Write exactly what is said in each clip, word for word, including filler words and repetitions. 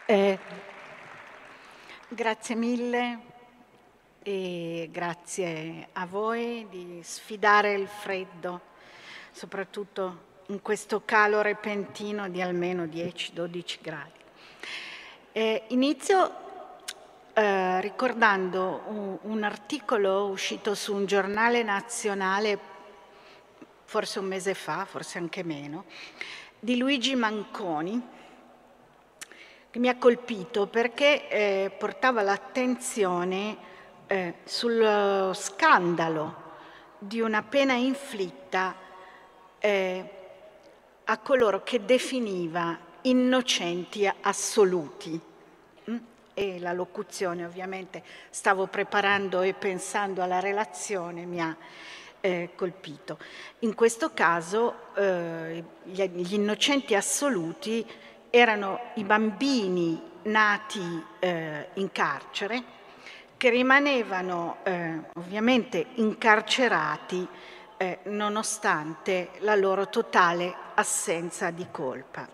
Eh, grazie mille e grazie a voi di sfidare il freddo, soprattutto in questo calo repentino di almeno dieci dodici gradi. Eh, inizio eh, ricordando un, un articolo uscito su un giornale nazionale forse un mese fa, forse anche meno, di Luigi Manconi, che mi ha colpito perché eh, portava l'attenzione eh, sullo scandalo di una pena inflitta eh, a coloro che definiva innocenti assoluti. Mm? E la locuzione, ovviamente, stavo preparando e pensando alla relazione, mi ha eh, colpito. In questo caso eh, gli, gli innocenti assoluti erano i bambini nati eh, in carcere che rimanevano eh, ovviamente incarcerati eh, nonostante la loro totale assenza di colpa.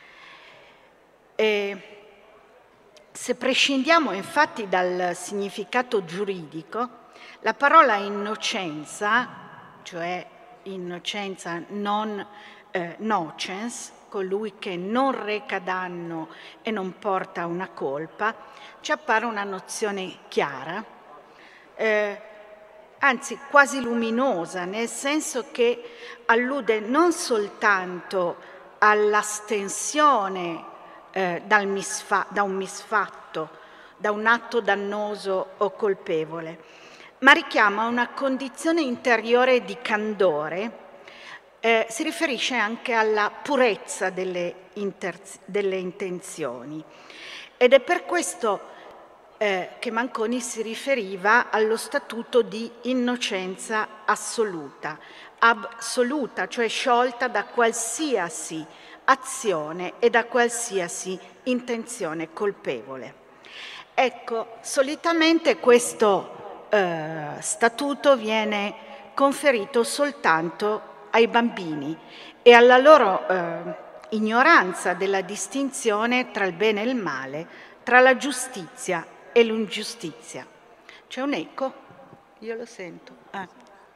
E se prescindiamo infatti dal significato giuridico, la parola innocenza, cioè innocenza non eh, nocens, colui che non reca danno e non porta una colpa, ci appare una nozione chiara, eh, anzi quasi luminosa, nel senso che allude non soltanto all'astensione eh, dal misfa- da un misfatto, da un atto dannoso o colpevole, ma richiama una condizione interiore di candore. Eh, si riferisce anche alla purezza delle, inter- delle intenzioni ed è per questo eh, che Manconi si riferiva allo statuto di innocenza assoluta, assoluta, cioè sciolta da qualsiasi azione e da qualsiasi intenzione colpevole. Ecco, solitamente questo eh, statuto viene conferito soltanto ai bambini e alla loro eh, ignoranza della distinzione tra il bene e il male, tra la giustizia e l'ingiustizia. C'è un eco? Io lo sento. Ah.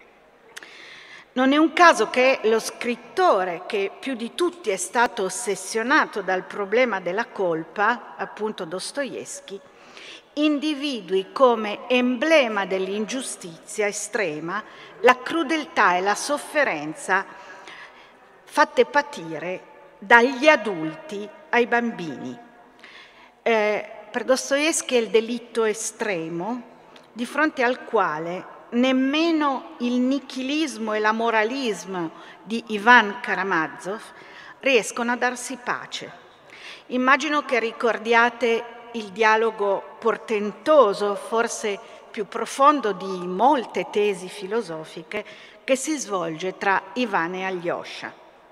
Non è un caso che lo scrittore, che più di tutti è stato ossessionato dal problema della colpa, appunto Dostoevskij, individui come emblema dell'ingiustizia estrema la crudeltà e la sofferenza fatte patire dagli adulti ai bambini. Eh, per Dostoevskij è il delitto estremo di fronte al quale nemmeno il nichilismo e l'amoralismo di Ivan Karamazov riescono a darsi pace. Immagino che ricordiate il dialogo portentoso, forse più profondo di molte tesi filosofiche, che si svolge tra Ivan e Alyosha.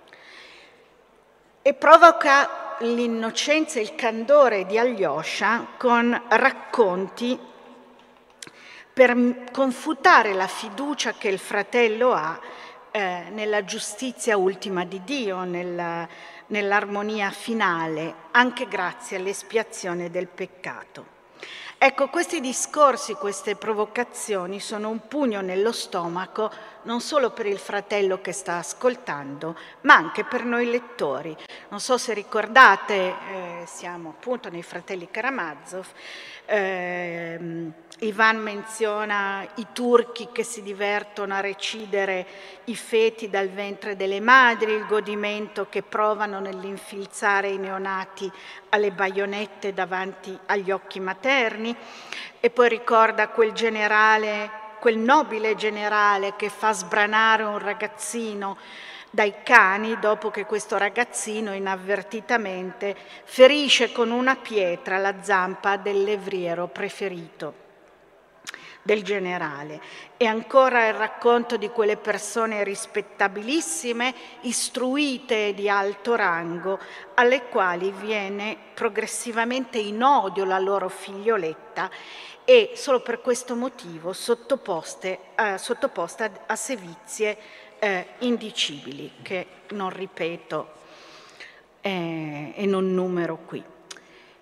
E provoca l'innocenza e il candore di Alyosha con racconti per confutare la fiducia che il fratello ha eh, nella giustizia ultima di Dio, nella, nell'armonia finale, anche grazie all'espiazione del peccato. Ecco, questi discorsi, queste provocazioni sono un pugno nello stomaco non solo per il fratello che sta ascoltando, ma anche per noi lettori. Non so se ricordate, eh, siamo appunto nei Fratelli Karamazov, eh, Ivan menziona i turchi che si divertono a recidere i feti dal ventre delle madri, il godimento che provano nell'infilzare i neonati alle baionette davanti agli occhi materni, e poi ricorda quel generale, quel nobile generale che fa sbranare un ragazzino dai cani dopo che questo ragazzino inavvertitamente ferisce con una pietra la zampa del levriero preferito del generale. E ancora il racconto di quelle persone rispettabilissime, istruite e di alto rango, alle quali viene progressivamente in odio la loro figlioletta e solo per questo motivo sottoposte, eh, sottoposta a sevizie eh, indicibili, che non ripeto eh, e non numero qui.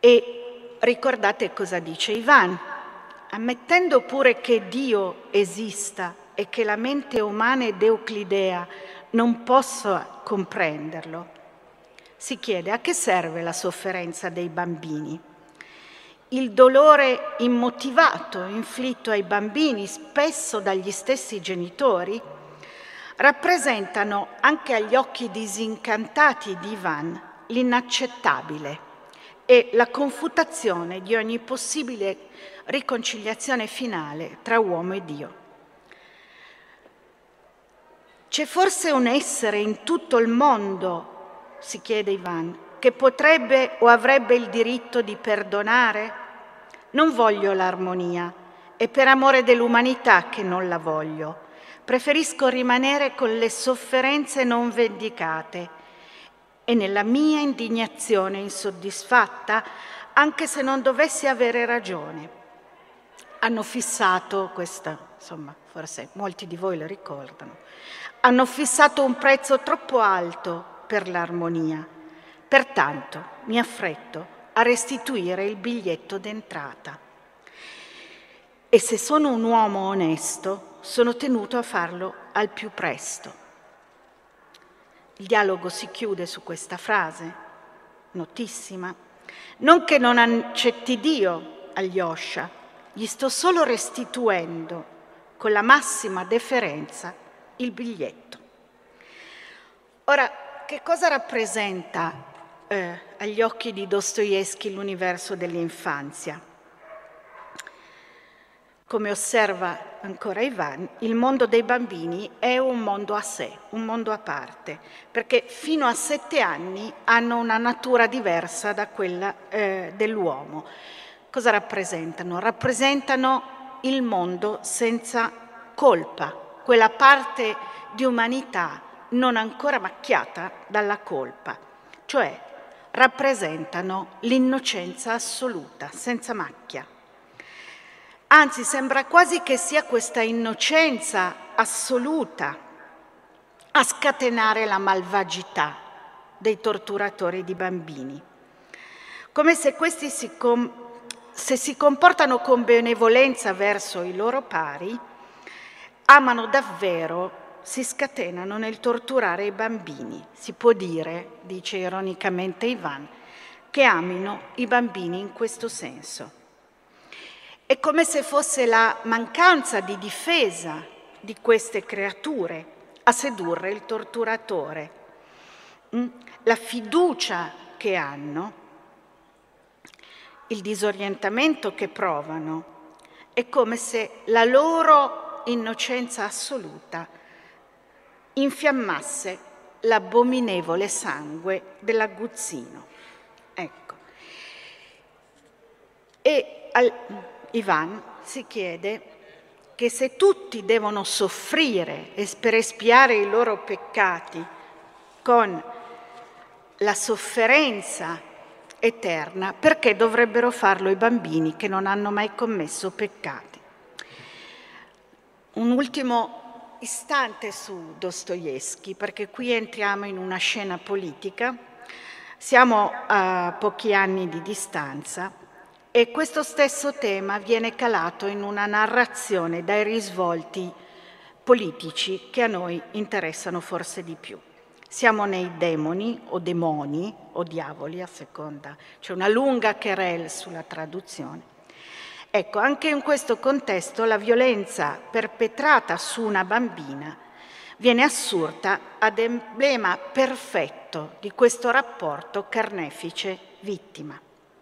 E ricordate cosa dice Ivan: ammettendo pure che Dio esista e che la mente umana ed euclidea non possa comprenderlo, si chiede a che serve la sofferenza dei bambini. Il dolore immotivato inflitto ai bambini, spesso dagli stessi genitori, rappresentano anche agli occhi disincantati di Ivan l'inaccettabile e la confutazione di ogni possibile riconciliazione finale tra uomo e Dio. C'è forse un essere in tutto il mondo, si chiede Ivan, che potrebbe o avrebbe il diritto di perdonare? Non voglio l'armonia, è per amore dell'umanità che non la voglio. Preferisco rimanere con le sofferenze non vendicate e nella mia indignazione insoddisfatta, anche se non dovessi avere ragione. Hanno fissato, questa, insomma, forse molti di voi lo ricordano, hanno fissato un prezzo troppo alto per l'armonia. Pertanto mi affretto a restituire il biglietto d'entrata. E se sono un uomo onesto, sono tenuto a farlo al più presto. Il dialogo si chiude su questa frase, notissima. Non che non accetti Dio, Alyosha, gli sto solo restituendo con la massima deferenza il biglietto. Ora, che cosa rappresenta eh, agli occhi di Dostoevskij l'universo dell'infanzia? Come osserva ancora Ivan, il mondo dei bambini è un mondo a sé, un mondo a parte, perché fino a sette anni hanno una natura diversa da quella eh, dell'uomo. Cosa rappresentano? Rappresentano il mondo senza colpa, quella parte di umanità non ancora macchiata dalla colpa, cioè rappresentano l'innocenza assoluta, senza macchia. Anzi, sembra quasi che sia questa innocenza assoluta a scatenare la malvagità dei torturatori di bambini, come se questi si, com- se si comportano con benevolenza verso i loro pari, amano davvero, si scatenano nel torturare i bambini. Si può dire, dice ironicamente Ivan, che amino i bambini in questo senso. È come se fosse la mancanza di difesa di queste creature a sedurre il torturatore, la fiducia che hanno, il disorientamento che provano, è come se la loro innocenza assoluta infiammasse l'abominevole sangue dell'aguzzino. Ecco. E al, Ivan si chiede che se tutti devono soffrire per espiare i loro peccati con la sofferenza eterna, perché dovrebbero farlo i bambini che non hanno mai commesso peccati? Un ultimo istante su Dostoevskij, perché qui entriamo in una scena politica, siamo a pochi anni di distanza e questo stesso tema viene calato in una narrazione dai risvolti politici che a noi interessano forse di più. Siamo nei demoni o demoni o diavoli, a seconda, c'è una lunga querelle sulla traduzione. Ecco, anche in questo contesto la violenza perpetrata su una bambina viene assurta ad emblema perfetto di questo rapporto carnefice-vittima.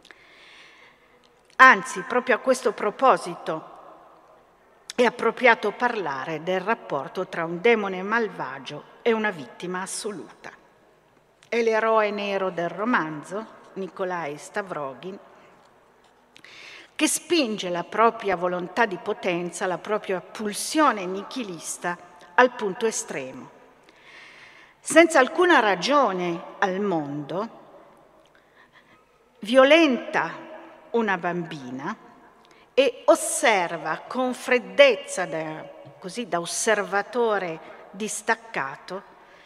Anzi, proprio a questo proposito è appropriato parlare del rapporto tra un demone malvagio e una vittima assoluta. È l'eroe nero del romanzo, Nikolai Stavrogin, che spinge la propria volontà di potenza, la propria pulsione nichilista al punto estremo. Senza alcuna ragione al mondo, violenta una bambina e osserva con freddezza, da, così da osservatore distaccato,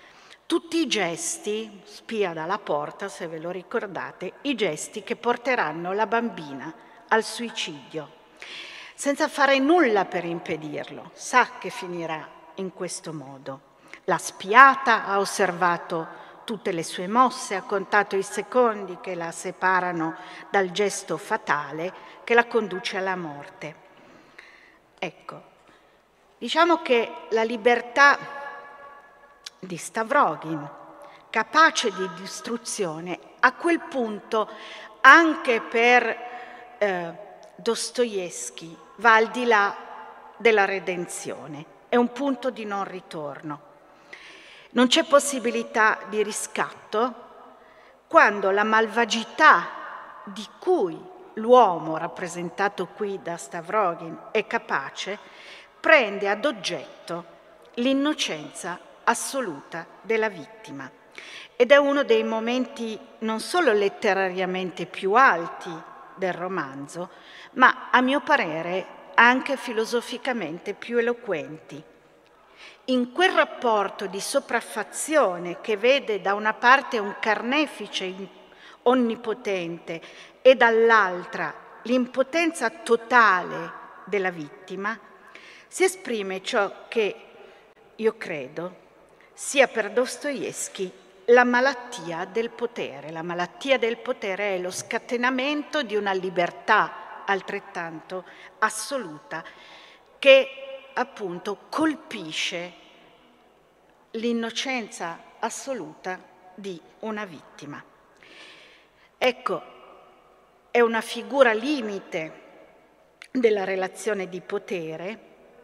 tutti i gesti, spia dalla porta se ve lo ricordate, i gesti che porteranno la bambina al suicidio, senza fare nulla per impedirlo, sa che finirà in questo modo. L'ha spiata, ha osservato tutte le sue mosse, ha contato i secondi che la separano dal gesto fatale che la conduce alla morte. Ecco, diciamo che la libertà di Stavrogin, capace di distruzione, a quel punto anche per eh, Dostoevskij va al di là della redenzione, è un punto di non ritorno. Non c'è possibilità di riscatto quando la malvagità di cui l'uomo, rappresentato qui da Stavrogin, è capace, prende ad oggetto l'innocenza assoluta della vittima. Ed è uno dei momenti non solo letterariamente più alti del romanzo, ma a mio parere anche filosoficamente più eloquenti. In quel rapporto di sopraffazione che vede da una parte un carnefice onnipotente e dall'altra l'impotenza totale della vittima, si esprime ciò che io credo sia per Dostoevskij la malattia del potere. La malattia del potere è lo scatenamento di una libertà altrettanto assoluta che appunto colpisce l'innocenza assoluta di una vittima. Ecco, è una figura limite della relazione di potere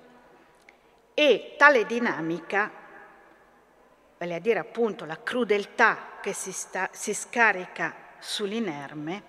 e tale dinamica, vale a dire appunto la crudeltà che si, sta, si scarica sull'inerme,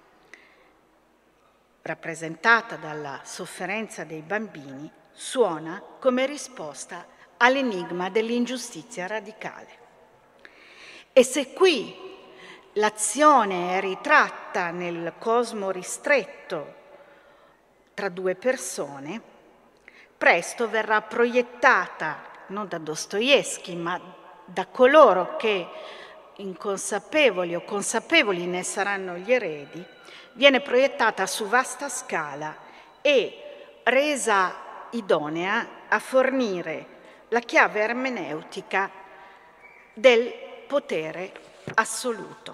rappresentata dalla sofferenza dei bambini, suona come risposta all'enigma dell'ingiustizia radicale. E se qui l'azione è ritratta nel cosmo ristretto tra due persone, presto verrà proiettata non da Dostoevskij, ma da coloro che inconsapevoli o consapevoli ne saranno gli eredi, viene proiettata su vasta scala e resa idonea a fornire la chiave ermeneutica del potere assoluto.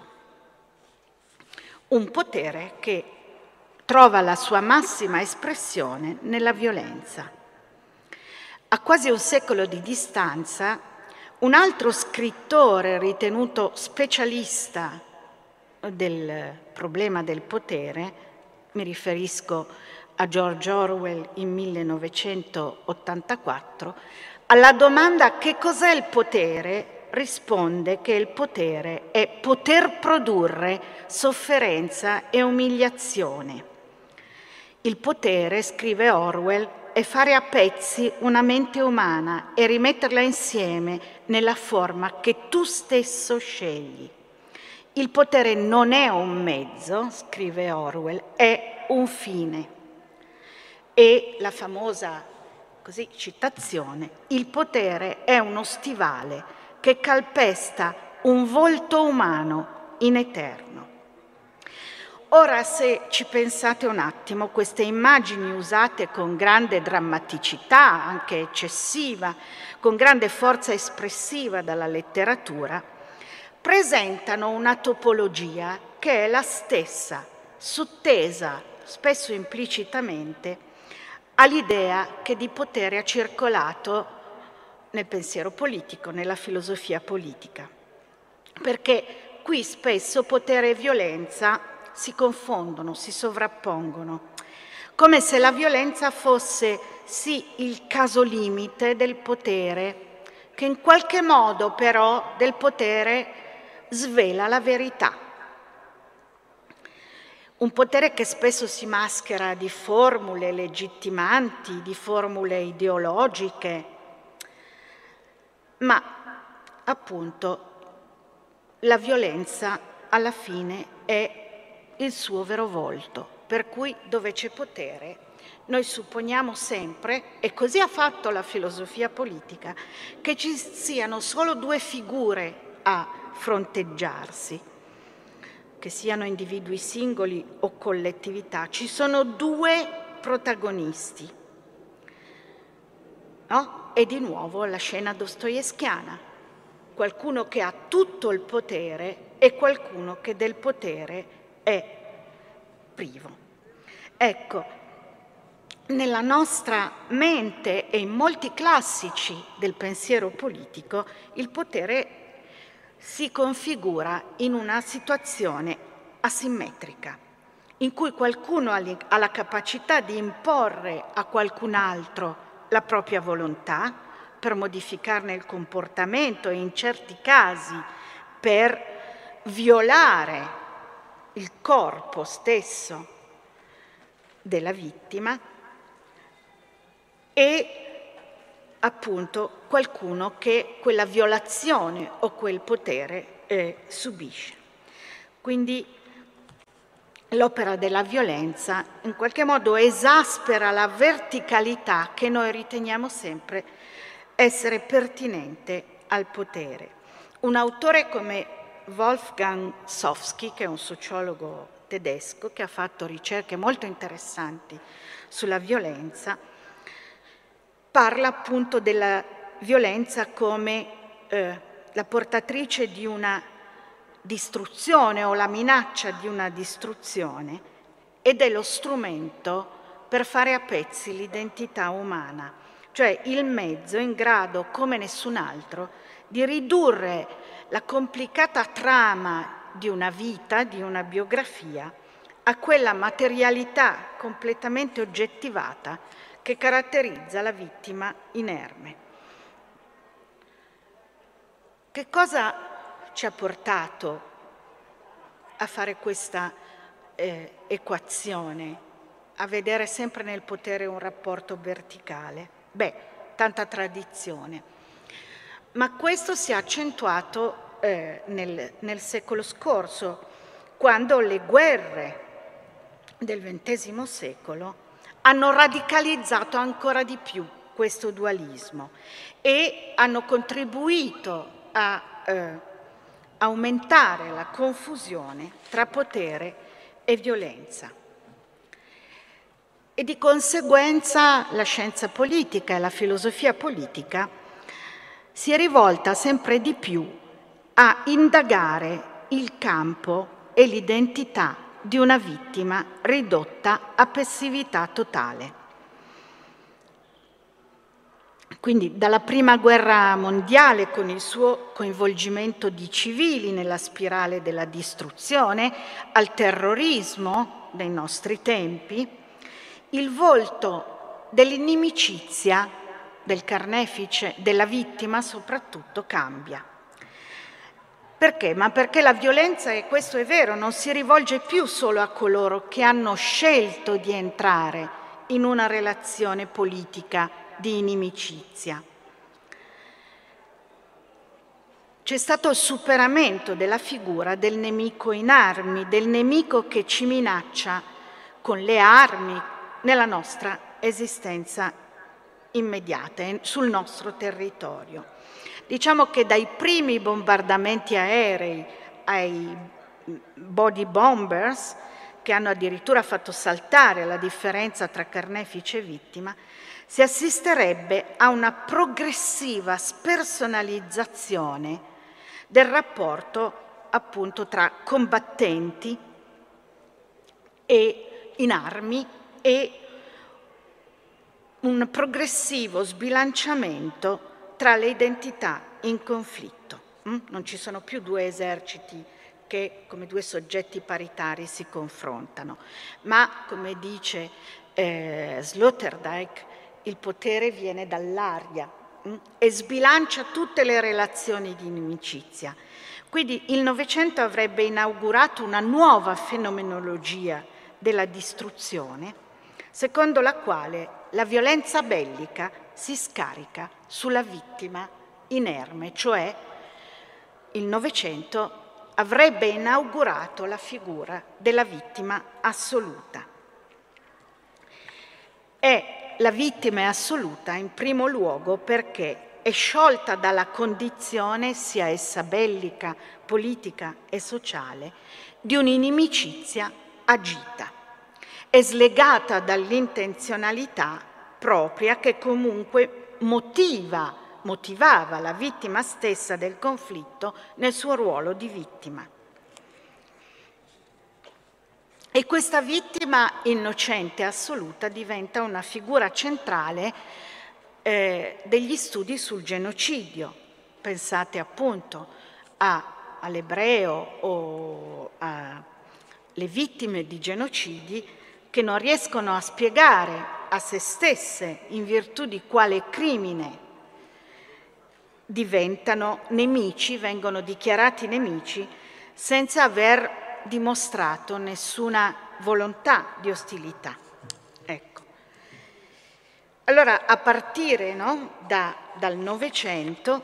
Un potere che trova la sua massima espressione nella violenza. A quasi un secolo di distanza, un altro scrittore ritenuto specialista del problema del potere, mi riferisco a George Orwell in millenovecentottantaquattro, alla domanda che cos'è il potere, risponde che il potere è poter produrre sofferenza e umiliazione. Il potere, scrive Orwell, è fare a pezzi una mente umana e rimetterla insieme nella forma che tu stesso scegli. Il potere non è un mezzo, scrive Orwell, è un fine. E la famosa così, citazione, il potere è uno stivale che calpesta un volto umano in eterno. Ora, se ci pensate un attimo, queste immagini usate con grande drammaticità, anche eccessiva, con grande forza espressiva dalla letteratura, presentano una topologia che è la stessa, sottesa, spesso implicitamente, all'idea che di potere ha circolato nel pensiero politico, nella filosofia politica. Perché qui spesso potere e violenza si confondono, si sovrappongono, come se la violenza fosse sì il caso limite del potere, che in qualche modo però del potere svela la verità. Un potere che spesso si maschera di formule legittimanti, di formule ideologiche, ma appunto la violenza alla fine è il suo vero volto, per cui dove c'è potere Noi supponiamo sempre, e così ha fatto la filosofia politica, che ci siano solo due figure a fronteggiarsi, che siano individui singoli o collettività. Ci sono due protagonisti, no? E di nuovo la scena dostoevskiana, qualcuno che ha tutto il potere e qualcuno che del potere è privo. Ecco, nella nostra mente e in molti classici del pensiero politico il potere si configura in una situazione asimmetrica, in cui qualcuno ha la capacità di imporre a qualcun altro la propria volontà per modificarne il comportamento e in certi casi per violare il corpo stesso della vittima, e appunto qualcuno che quella violazione o quel potere eh, subisce. Quindi l'opera della violenza in qualche modo esaspera la verticalità che noi riteniamo sempre essere pertinente al potere. Un autore come Wolfgang Sofsky, che è un sociologo tedesco che ha fatto ricerche molto interessanti sulla violenza, parla appunto della violenza come eh, la portatrice di una distruzione o la minaccia di una distruzione ed è lo strumento per fare a pezzi l'identità umana, cioè il mezzo in grado, come nessun altro, di ridurre la complicata trama di una vita, di una biografia, a quella materialità completamente oggettivata che caratterizza la vittima inerme. Che cosa ci ha portato a fare questa eh, equazione, a vedere sempre nel potere un rapporto verticale? Beh, tanta tradizione. Ma questo si è accentuato eh, nel, nel secolo scorso, quando le guerre del ventesimo secolo hanno radicalizzato ancora di più questo dualismo e hanno contribuito a eh, aumentare la confusione tra potere e violenza. E di conseguenza la scienza politica e la filosofia politica si è rivolta sempre di più a indagare il campo e l'identità di una vittima ridotta a passività totale. Quindi dalla Prima Guerra Mondiale, con il suo coinvolgimento di civili nella spirale della distruzione, al terrorismo dei nostri tempi, il volto dell'inimicizia del carnefice, della vittima soprattutto, cambia. Perché? Ma perché la violenza, e questo è vero, non si rivolge più solo a coloro che hanno scelto di entrare in una relazione politica di inimicizia. C'è stato il superamento della figura del nemico in armi, del nemico che ci minaccia con le armi nella nostra esistenza immediata, sul nostro territorio. Diciamo che dai primi bombardamenti aerei ai body bombers, che hanno addirittura fatto saltare la differenza tra carnefice e vittima, si assisterebbe a una progressiva spersonalizzazione del rapporto appunto tra combattenti e in armi e un progressivo sbilanciamento tra le identità in conflitto. Non ci sono più due eserciti che come due soggetti paritari si confrontano, ma come dice eh, Sloterdijk, il potere viene dall'aria mh, e sbilancia tutte le relazioni di inimicizia. Quindi il Novecento avrebbe inaugurato una nuova fenomenologia della distruzione, secondo la quale la violenza bellica si scarica sulla vittima inerme, cioè il Novecento avrebbe inaugurato la figura della vittima assoluta. è la vittima è assoluta in primo luogo perché è sciolta dalla condizione, sia essa bellica, politica e sociale, di un'inimicizia agita. È slegata dall'intenzionalità propria che comunque motiva, motivava la vittima stessa del conflitto nel suo ruolo di vittima. E questa vittima innocente assoluta diventa una figura centrale eh, degli studi sul genocidio. Pensate appunto a, all'ebreo o alle vittime di genocidi che non riescono a spiegare a se stesse in virtù di quale crimine diventano nemici, vengono dichiarati nemici senza aver dimostrato nessuna volontà di ostilità. Ecco. Allora, a partire no, da, dal Novecento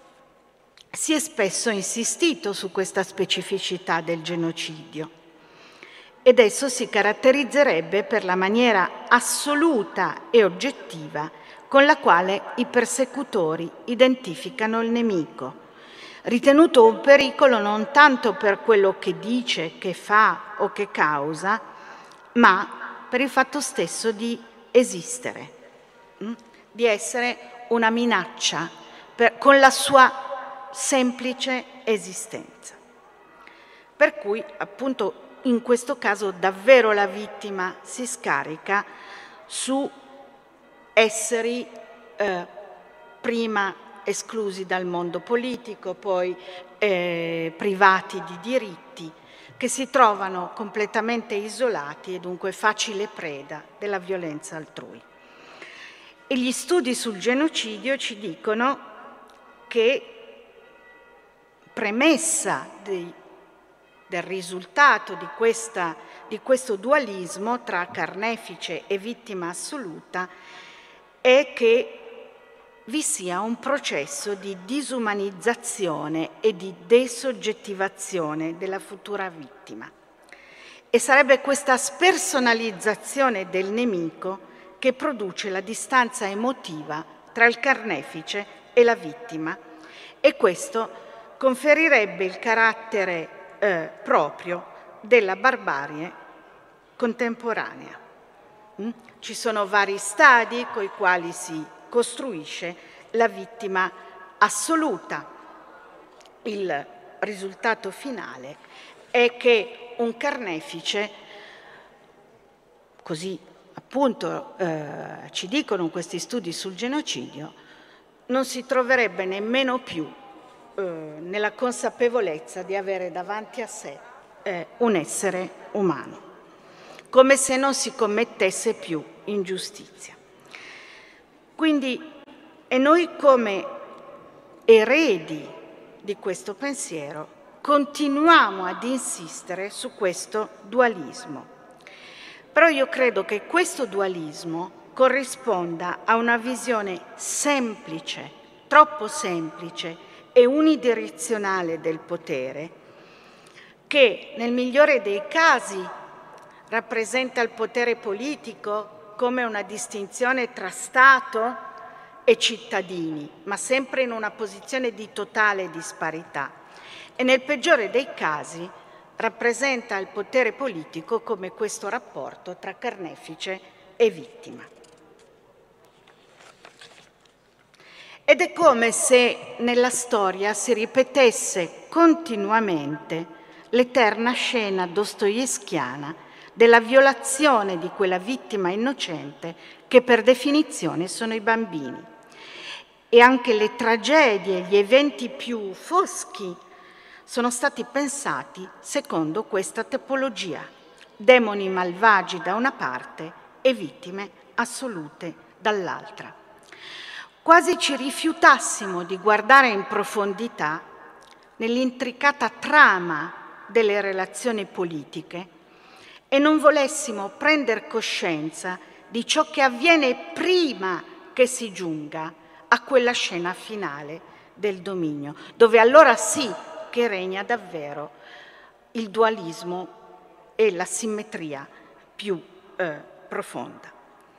si è spesso insistito su questa specificità del genocidio ed esso si caratterizzerebbe per la maniera assoluta e oggettiva con la quale i persecutori identificano il nemico, ritenuto un pericolo non tanto per quello che dice, che fa o che causa, ma per il fatto stesso di esistere, di essere una minaccia per, con la sua semplice esistenza. Per cui, appunto, in questo caso davvero la vittima si scarica su esseri eh, prima esclusi dal mondo politico, poi eh, privati di diritti, che si trovano completamente isolati e dunque facile preda della violenza altrui. E gli studi sul genocidio ci dicono che, premessa dei, del risultato di, questa, di questo dualismo tra carnefice e vittima assoluta, è che vi sia un processo di disumanizzazione e di desoggettivazione della futura vittima. E sarebbe questa spersonalizzazione del nemico che produce la distanza emotiva tra il carnefice e la vittima, e questo conferirebbe il carattere eh, proprio della barbarie contemporanea. Mm? Ci sono vari stadi coi quali si costruisce la vittima assoluta. Il risultato finale è che un carnefice, così appunto eh, ci dicono questi studi sul genocidio, non si troverebbe nemmeno più eh, nella consapevolezza di avere davanti a sé eh, un essere umano, come se non si commettesse più ingiustizia. Quindi, e noi come eredi di questo pensiero continuiamo ad insistere su questo dualismo. Però io credo che questo dualismo corrisponda a una visione semplice, troppo semplice e unidirezionale del potere, che nel migliore dei casi rappresenta il potere politico come una distinzione tra Stato e cittadini, ma sempre in una posizione di totale disparità, e nel peggiore dei casi rappresenta il potere politico come questo rapporto tra carnefice e vittima. Ed è come se nella storia si ripetesse continuamente l'eterna scena dostoevskiana della violazione di quella vittima innocente che per definizione sono i bambini. E anche le tragedie, gli eventi più foschi sono stati pensati secondo questa tipologia: demoni malvagi da una parte e vittime assolute dall'altra. Quasi ci rifiutassimo di guardare in profondità nell'intricata trama delle relazioni politiche e non volessimo prendere coscienza di ciò che avviene prima che si giunga a quella scena finale del dominio, dove allora sì che regna davvero il dualismo e la simmetria più eh, profonda.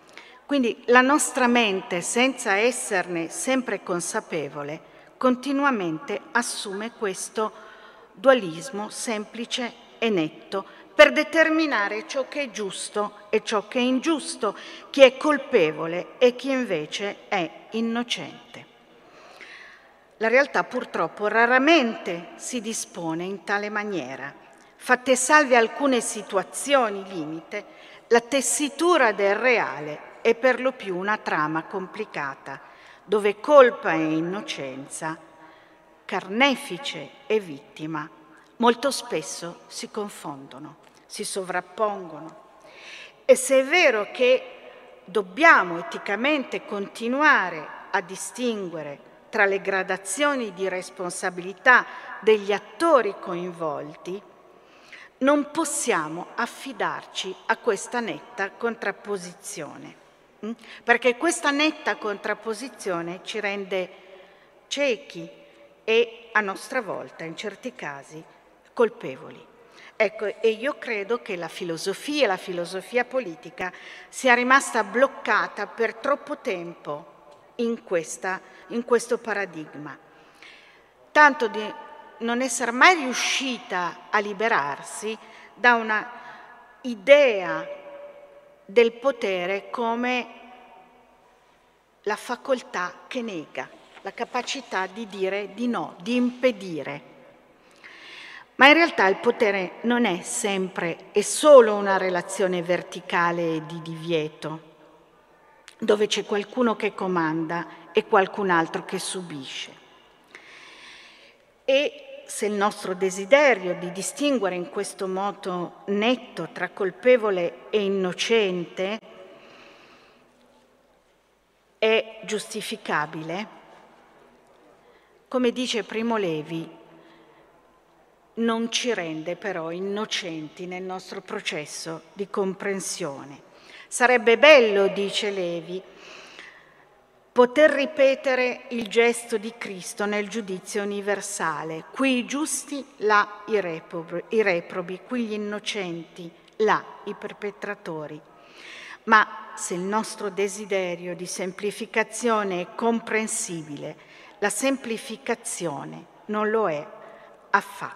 Quindi la nostra mente, senza esserne sempre consapevole, continuamente assume questo dualismo semplice e netto per determinare ciò che è giusto e ciò che è ingiusto, chi è colpevole e chi invece è innocente. La realtà purtroppo raramente si dispone in tale maniera. Fatte salve alcune situazioni limite, la tessitura del reale è per lo più una trama complicata, dove colpa e innocenza, carnefice e vittima, molto spesso si confondono, si sovrappongono. E se è vero che dobbiamo eticamente continuare a distinguere tra le gradazioni di responsabilità degli attori coinvolti, non possiamo affidarci a questa netta contrapposizione, perché questa netta contrapposizione ci rende ciechi e a nostra volta, in certi casi, colpevoli. Ecco, e io credo che la filosofia, la filosofia politica, sia rimasta bloccata per troppo tempo in, questa, in questo paradigma, tanto di non essere mai riuscita a liberarsi da una idea del potere come la facoltà che nega, la capacità di dire di no, di impedire. Ma in realtà il potere non è sempre e solo una relazione verticale di divieto, dove c'è qualcuno che comanda e qualcun altro che subisce. E se il nostro desiderio di distinguere in questo modo netto tra colpevole e innocente è giustificabile, come dice Primo Levi, non ci rende però innocenti nel nostro processo di comprensione. Sarebbe bello, dice Levi, poter ripetere il gesto di Cristo nel giudizio universale, qui i giusti, là i reprobi, i reprobi, qui gli innocenti, là i perpetratori. Ma se il nostro desiderio di semplificazione è comprensibile, la semplificazione non lo è affatto.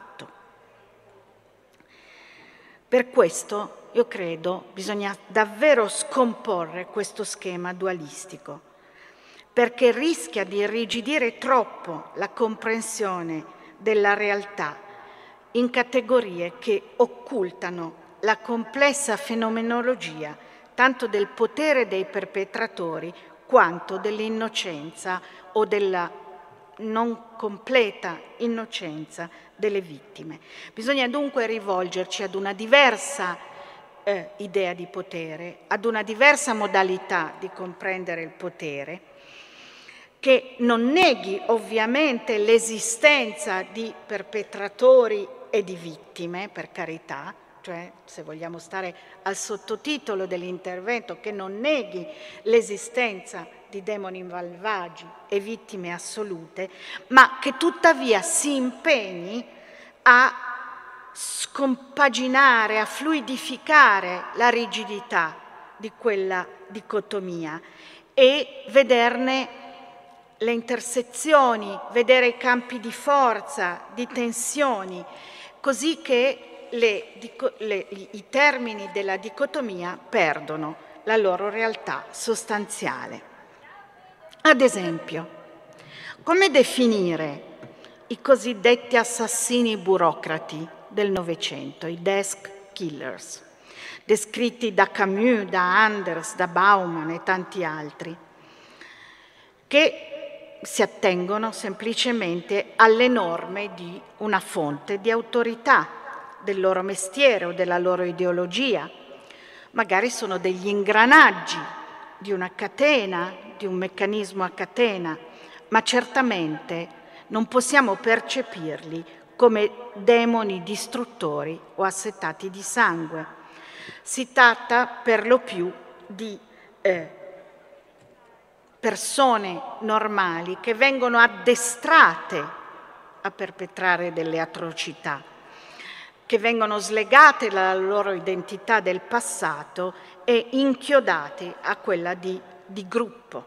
Per questo, io credo, bisogna davvero scomporre questo schema dualistico, perché rischia di irrigidire troppo la comprensione della realtà in categorie che occultano la complessa fenomenologia tanto del potere dei perpetratori quanto dell'innocenza o della non completa innocenza delle vittime. Bisogna dunque rivolgerci ad una diversa eh, idea di potere, ad una diversa modalità di comprendere il potere, che non neghi ovviamente l'esistenza di perpetratori e di vittime, per carità, cioè se vogliamo stare al sottotitolo dell'intervento, che non neghi l'esistenza di demoni malvagi e vittime assolute, ma che tuttavia si impegni a scompaginare, a fluidificare la rigidità di quella dicotomia e vederne le intersezioni, vedere i campi di forza, di tensioni, così che le, le, i termini della dicotomia perdono la loro realtà sostanziale. Ad esempio, come definire i cosiddetti assassini burocrati del Novecento, i desk killers, descritti da Camus, da Anders, da Bauman e tanti altri, che si attengono semplicemente alle norme di una fonte di autorità del loro mestiere o della loro ideologia. Magari sono degli ingranaggi di una catena, di un meccanismo a catena, ma certamente non possiamo percepirli come demoni distruttori o assetati di sangue. Si tratta per lo più di eh, persone normali che vengono addestrate a perpetrare delle atrocità che vengono slegate dalla loro identità del passato e inchiodate a quella di, di gruppo.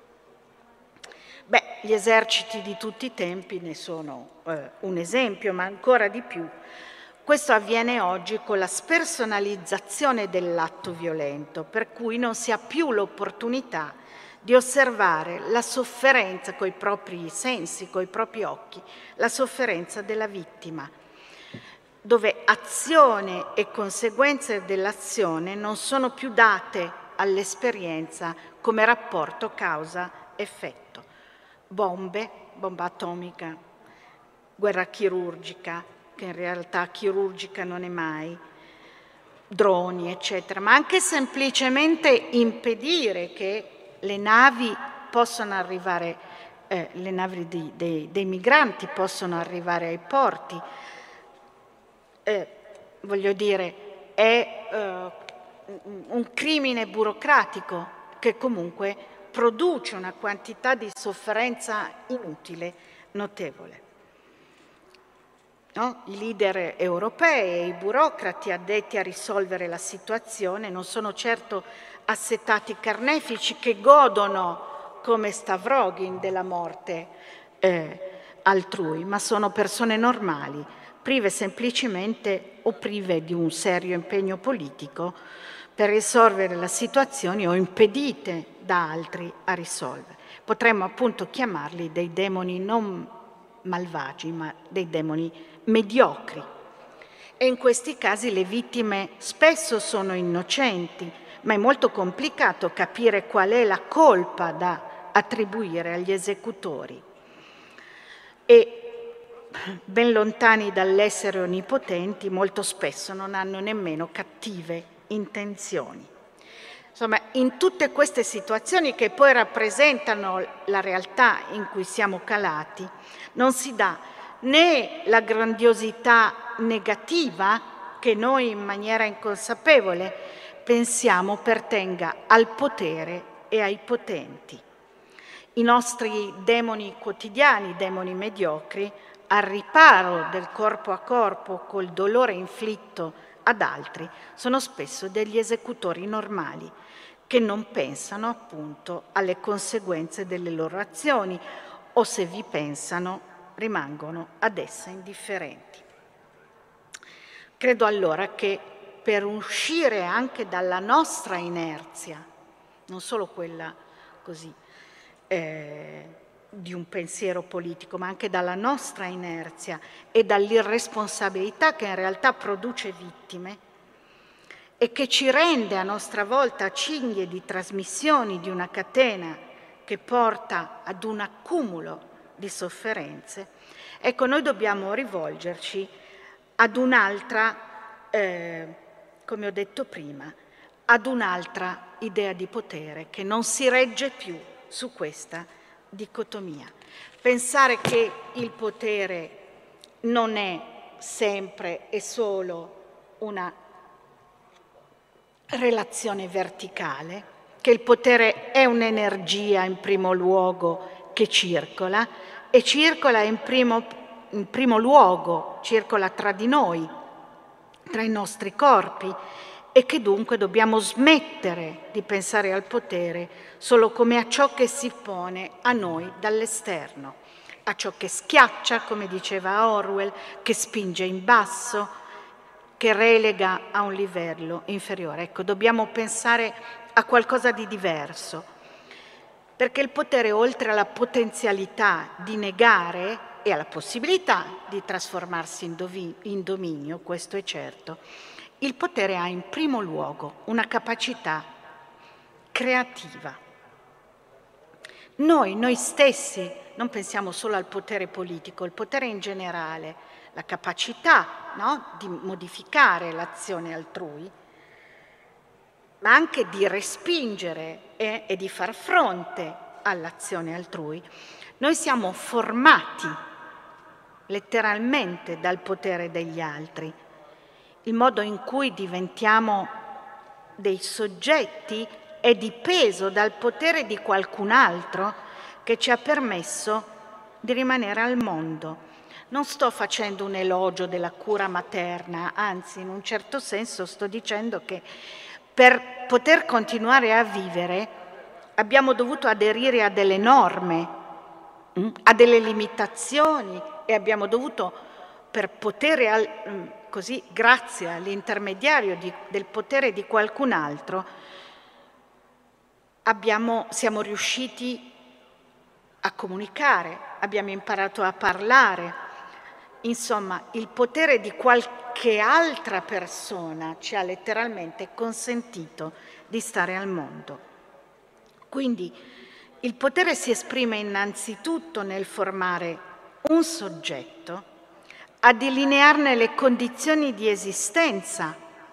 Beh, gli eserciti di tutti i tempi ne sono eh, un esempio, ma ancora di più. Questo avviene oggi con la spersonalizzazione dell'atto violento, per cui non si ha più l'opportunità di osservare la sofferenza coi propri sensi, coi propri occhi, la sofferenza della vittima, dove azione e conseguenze dell'azione non sono più date all'esperienza come rapporto causa-effetto. Bombe, bomba atomica, guerra chirurgica, che in realtà chirurgica non è mai, droni, eccetera, ma anche semplicemente impedire che le navi possano arrivare, eh, le navi di, dei, dei migranti possono arrivare ai porti. Eh, voglio dire, è eh, un crimine burocratico che comunque produce una quantità di sofferenza inutile notevole. No? I leader europei e i burocrati addetti a risolvere la situazione non sono certo assetati carnefici che godono come Stavrogin della morte eh, altrui, ma sono persone normali, prive semplicemente o prive di un serio impegno politico per risolvere la situazione o impedite da altri a risolvere. Potremmo appunto chiamarli dei demoni non malvagi, ma dei demoni mediocri. E in questi casi le vittime spesso sono innocenti, ma è molto complicato capire qual è la colpa da attribuire agli esecutori. E ben lontani dall'essere onnipotenti, molto spesso non hanno nemmeno cattive intenzioni. Insomma, in tutte queste situazioni che poi rappresentano la realtà in cui siamo calati, non si dà né la grandiosità negativa che noi in maniera inconsapevole pensiamo pertenga al potere e ai potenti. I nostri demoni quotidiani, demoni mediocri, al riparo del corpo a corpo col dolore inflitto ad altri, sono spesso degli esecutori normali che non pensano appunto alle conseguenze delle loro azioni o se vi pensano rimangono ad esse indifferenti. Credo allora che per uscire anche dalla nostra inerzia, non solo quella così eh, di un pensiero politico, ma anche dalla nostra inerzia e dall'irresponsabilità che in realtà produce vittime e che ci rende a nostra volta cinghie di trasmissioni di una catena che porta ad un accumulo di sofferenze, ecco, noi dobbiamo rivolgerci ad un'altra, eh, come ho detto prima, ad un'altra idea di potere che non si regge più su questa dicotomia. Pensare che il potere non è sempre e solo una relazione verticale, che il potere è un'energia in primo luogo che circola e circola in primo, in primo luogo, circola tra di noi, tra i nostri corpi, e che dunque dobbiamo smettere di pensare al potere solo come a ciò che si pone a noi dall'esterno, a ciò che schiaccia, come diceva Orwell, che spinge in basso, che relega a un livello inferiore. Ecco, dobbiamo pensare a qualcosa di diverso, perché il potere, oltre alla potenzialità di negare e alla possibilità di trasformarsi in, dovi- in dominio, questo è certo, il potere ha in primo luogo una capacità creativa. Noi, noi stessi, non pensiamo solo al potere politico, il potere in generale, la capacità, no, di modificare l'azione altrui, ma anche di respingere e, e di far fronte all'azione altrui. Noi siamo formati letteralmente dal potere degli altri. Il modo in cui diventiamo dei soggetti è dipeso dal potere di qualcun altro che ci ha permesso di rimanere al mondo. Non sto facendo un elogio della cura materna, anzi, in un certo senso sto dicendo che per poter continuare a vivere abbiamo dovuto aderire a delle norme, a delle limitazioni e abbiamo dovuto, per poter, così, grazie all'intermediario di, del potere di qualcun altro, abbiamo, siamo riusciti a comunicare, abbiamo imparato a parlare. Insomma, il potere di qualche altra persona ci ha letteralmente consentito di stare al mondo. Quindi il potere si esprime innanzitutto nel formare un soggetto, a delinearne le condizioni di esistenza.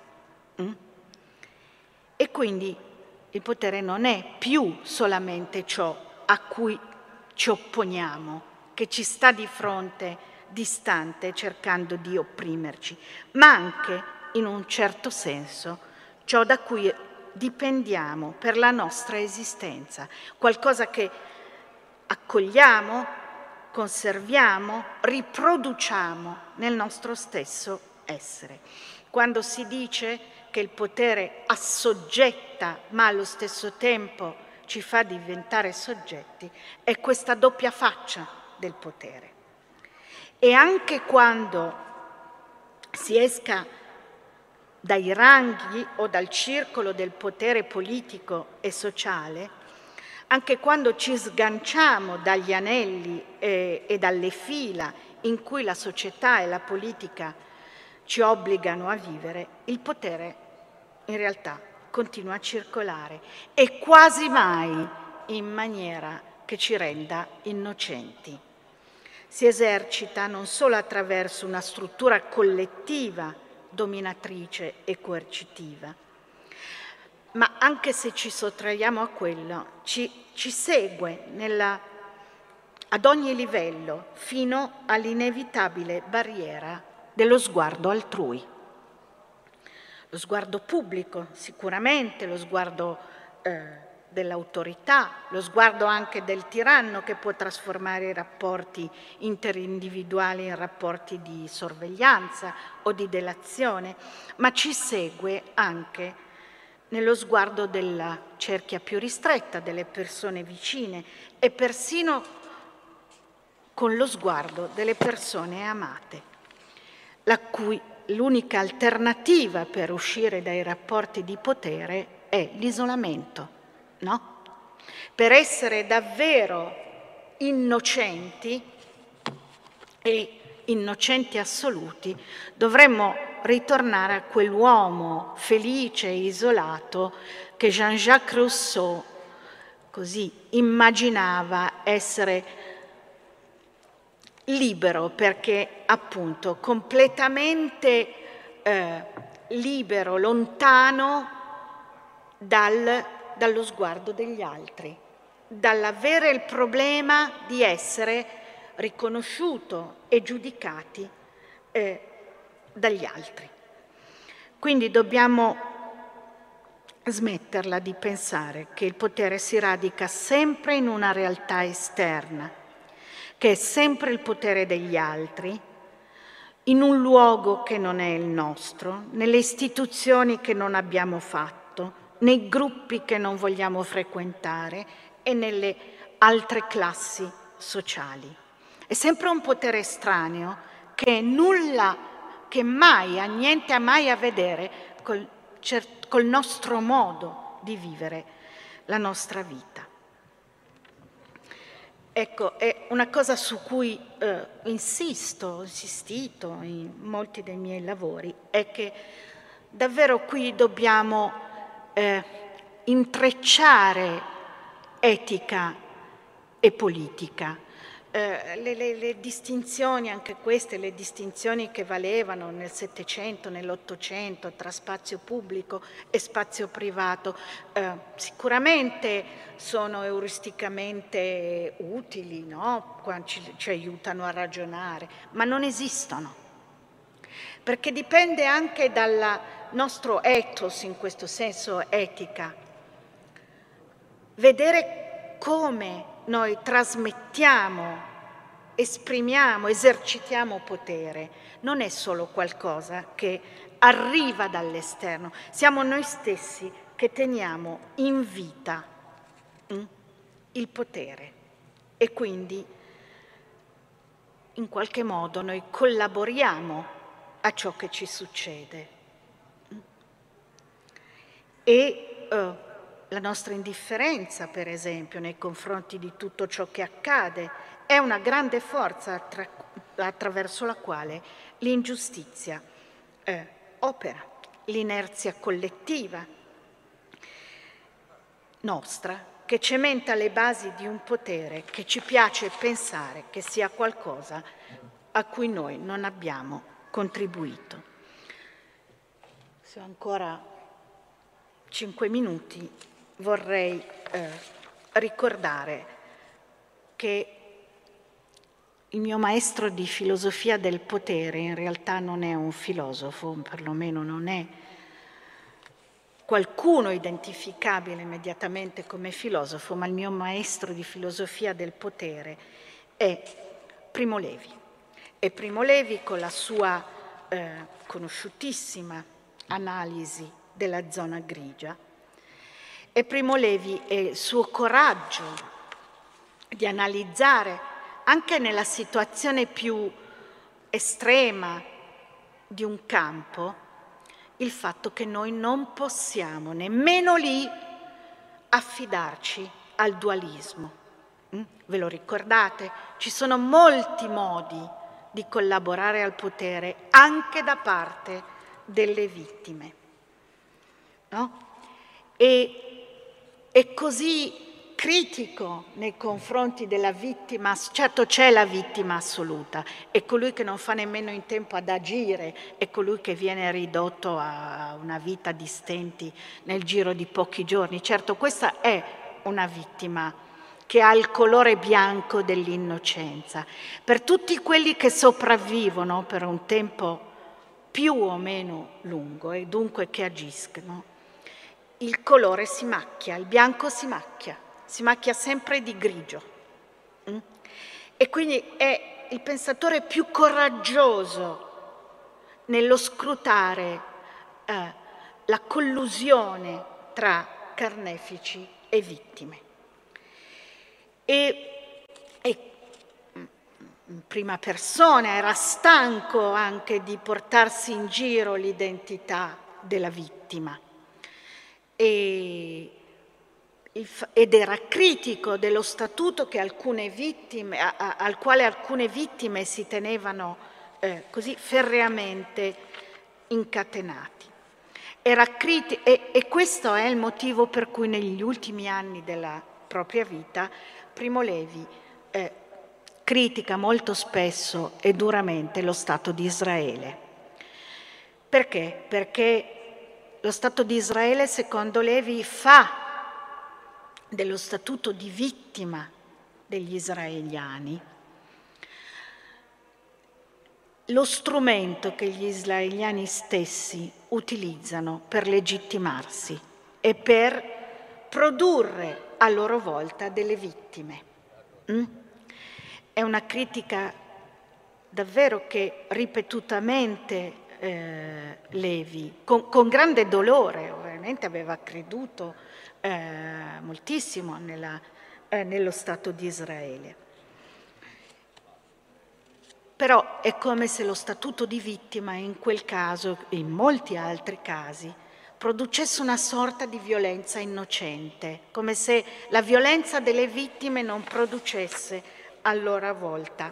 E quindi il potere non è più solamente ciò a cui ci opponiamo, che ci sta di fronte distante cercando di opprimerci, ma anche, in un certo senso, ciò da cui dipendiamo per la nostra esistenza, qualcosa che accogliamo, conserviamo, riproduciamo nel nostro stesso essere. Quando si dice che il potere assoggetta, ma allo stesso tempo ci fa diventare soggetti, è questa doppia faccia del potere. E anche quando si esca dai ranghi o dal circolo del potere politico e sociale, anche quando ci sganciamo dagli anelli e, e dalle fila in cui la società e la politica ci obbligano a vivere, il potere in realtà continua a circolare e quasi mai in maniera che ci renda innocenti. Si esercita non solo attraverso una struttura collettiva dominatrice e coercitiva, ma anche se ci sottraiamo a quello, ci, ci segue nella, ad ogni livello fino all'inevitabile barriera dello sguardo altrui. Lo sguardo pubblico, sicuramente, lo sguardo eh, dell'autorità, lo sguardo anche del tiranno che può trasformare i rapporti interindividuali in rapporti di sorveglianza o di delazione, ma ci segue anche nello sguardo della cerchia più ristretta, delle persone vicine e persino con lo sguardo delle persone amate, la cui l'unica alternativa per uscire dai rapporti di potere è l'isolamento, no? Per essere davvero innocenti e innocenti assoluti dovremmo ritornare a quell'uomo felice e isolato che Jean-Jacques Rousseau così immaginava essere libero, perché appunto completamente eh, libero, lontano dal, dallo sguardo degli altri, dall'avere il problema di essere riconosciuto e giudicati eh, dagli altri. Quindi dobbiamo smetterla di pensare che il potere si radica sempre in una realtà esterna, che è sempre il potere degli altri, in un luogo che non è il nostro, nelle istituzioni che non abbiamo fatto, nei gruppi che non vogliamo frequentare e nelle altre classi sociali. È sempre un potere estraneo che nulla, che mai ha niente a mai a vedere col, col nostro modo di vivere la nostra vita. Ecco, è una cosa su cui eh, insisto, ho insistito in molti dei miei lavori, è che davvero qui dobbiamo eh, intrecciare etica e politica. Eh, le, le, le distinzioni, anche queste, le distinzioni che valevano nel Settecento, nell'Ottocento, tra spazio pubblico e spazio privato, eh, sicuramente sono euristicamente utili, no? Ci, ci aiutano a ragionare, ma non esistono, perché dipende anche dal nostro ethos, in questo senso etica, vedere come noi trasmettiamo esprimiamo, esercitiamo potere, non è solo qualcosa che arriva dall'esterno, siamo noi stessi che teniamo in vita hm, il potere e quindi in qualche modo noi collaboriamo a ciò che ci succede. E eh, la nostra indifferenza, per esempio, nei confronti di tutto ciò che accade, è una grande forza attra- attraverso la quale l'ingiustizia eh, opera, l'inerzia collettiva nostra, che cementa le basi di un potere che ci piace pensare che sia qualcosa a cui noi non abbiamo contribuito. Se ho ancora cinque minuti vorrei eh, ricordare che il mio maestro di filosofia del potere in realtà non è un filosofo, perlomeno non è qualcuno identificabile immediatamente come filosofo, ma il mio maestro di filosofia del potere è Primo Levi. E Primo Levi, con la sua eh, conosciutissima analisi della zona grigia, e Primo Levi e il suo coraggio di analizzare anche nella situazione più estrema di un campo il fatto che noi non possiamo nemmeno lì affidarci al dualismo. Mm? Ve lo ricordate? Ci sono molti modi di collaborare al potere anche da parte delle vittime. No? E è così critico nei confronti della vittima, certo c'è la vittima assoluta, è colui che non fa nemmeno in tempo ad agire, è colui che viene ridotto a una vita di stenti nel giro di pochi giorni. Certo, questa è una vittima che ha il colore bianco dell'innocenza. Per tutti quelli che sopravvivono per un tempo più o meno lungo e dunque che agiscono, il colore si macchia, il bianco si macchia. Si macchia sempre di grigio. Mm? E quindi è il pensatore più coraggioso nello scrutare eh, la collusione tra carnefici e vittime. E, e in prima persona era stanco anche di portarsi in giro l'identità della vittima. E ed era critico dello statuto che alcune vittime, a, a, al quale alcune vittime si tenevano eh, così ferreamente incatenati. Era criti- e, e questo è il motivo per cui negli ultimi anni della propria vita Primo Levi eh, critica molto spesso e duramente lo Stato di Israele. Perché? Perché lo Stato di Israele, secondo Levi, fa dello statuto di vittima degli israeliani lo strumento che gli israeliani stessi utilizzano per legittimarsi e per produrre a loro volta delle vittime. Mm? È una critica davvero che ripetutamente eh, Levi, con, con grande dolore, ovviamente aveva creduto Eh, moltissimo nella, eh, nello Stato di Israele. Però è come se lo statuto di vittima in quel caso e in molti altri casi producesse una sorta di violenza innocente, come se la violenza delle vittime non producesse a loro volta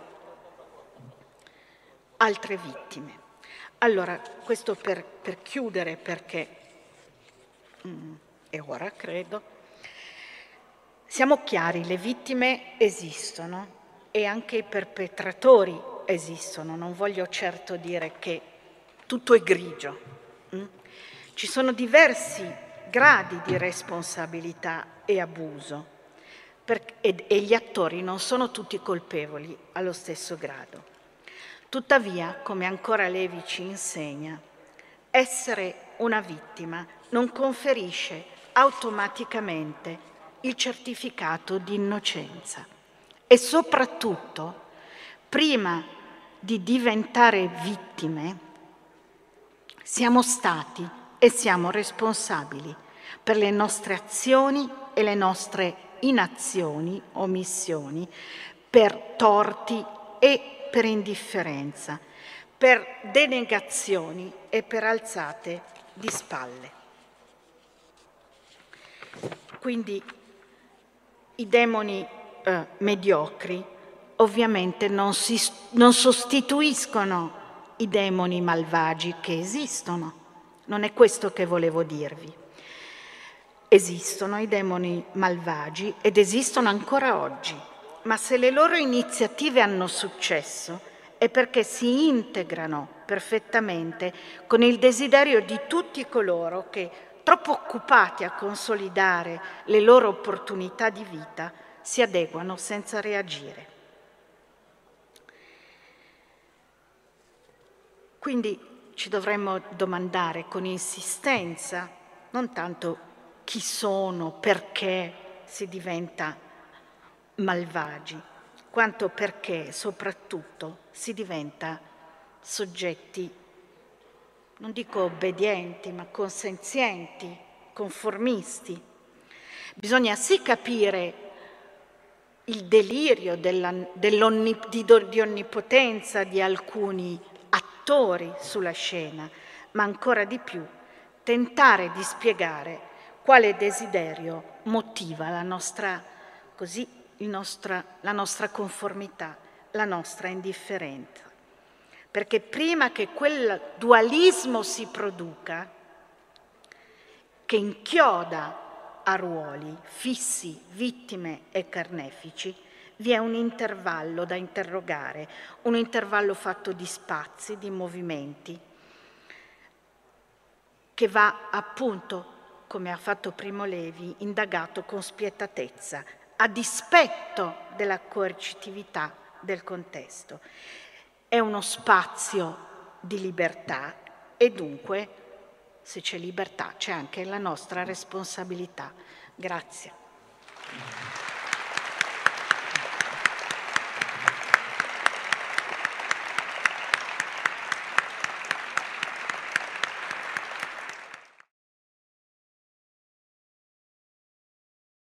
altre vittime. Allora, questo per, per chiudere, perché mm, e ora credo. Siamo chiari, le vittime esistono e anche i perpetratori esistono. Non voglio certo dire che tutto è grigio. Mm? Ci sono diversi gradi di responsabilità e abuso per, e, e gli attori non sono tutti colpevoli allo stesso grado. Tuttavia, come ancora Levi ci insegna, essere una vittima non conferisce automaticamente il certificato di innocenza e soprattutto prima di diventare vittime, siamo stati e siamo responsabili per le nostre azioni e le nostre inazioni, omissioni, per torti e per indifferenza, per denegazioni e per alzate di spalle. Quindi i demoni eh, mediocri ovviamente non, si, non sostituiscono i demoni malvagi che esistono. Non è questo che volevo dirvi. Esistono i demoni malvagi ed esistono ancora oggi, ma se le loro iniziative hanno successo è perché si integrano perfettamente con il desiderio di tutti coloro che, troppo occupati a consolidare le loro opportunità di vita, si adeguano senza reagire. Quindi ci dovremmo domandare con insistenza, non tanto chi sono, perché si diventa malvagi, quanto perché soprattutto si diventa soggetti, non dico obbedienti, ma consenzienti, conformisti. Bisogna sì capire il delirio della, dell'onni, di, di onnipotenza di alcuni attori sulla scena, ma ancora di più tentare di spiegare quale desiderio motiva la nostra, così, il nostra, la nostra conformità, la nostra indifferenza. Perché prima che quel dualismo si produca, che inchioda a ruoli fissi, vittime e carnefici, vi è un intervallo da interrogare, un intervallo fatto di spazi, di movimenti, che va appunto, come ha fatto Primo Levi, indagato con spietatezza, a dispetto della coercitività del contesto. È uno spazio di libertà e dunque, se c'è libertà, c'è anche la nostra responsabilità. Grazie.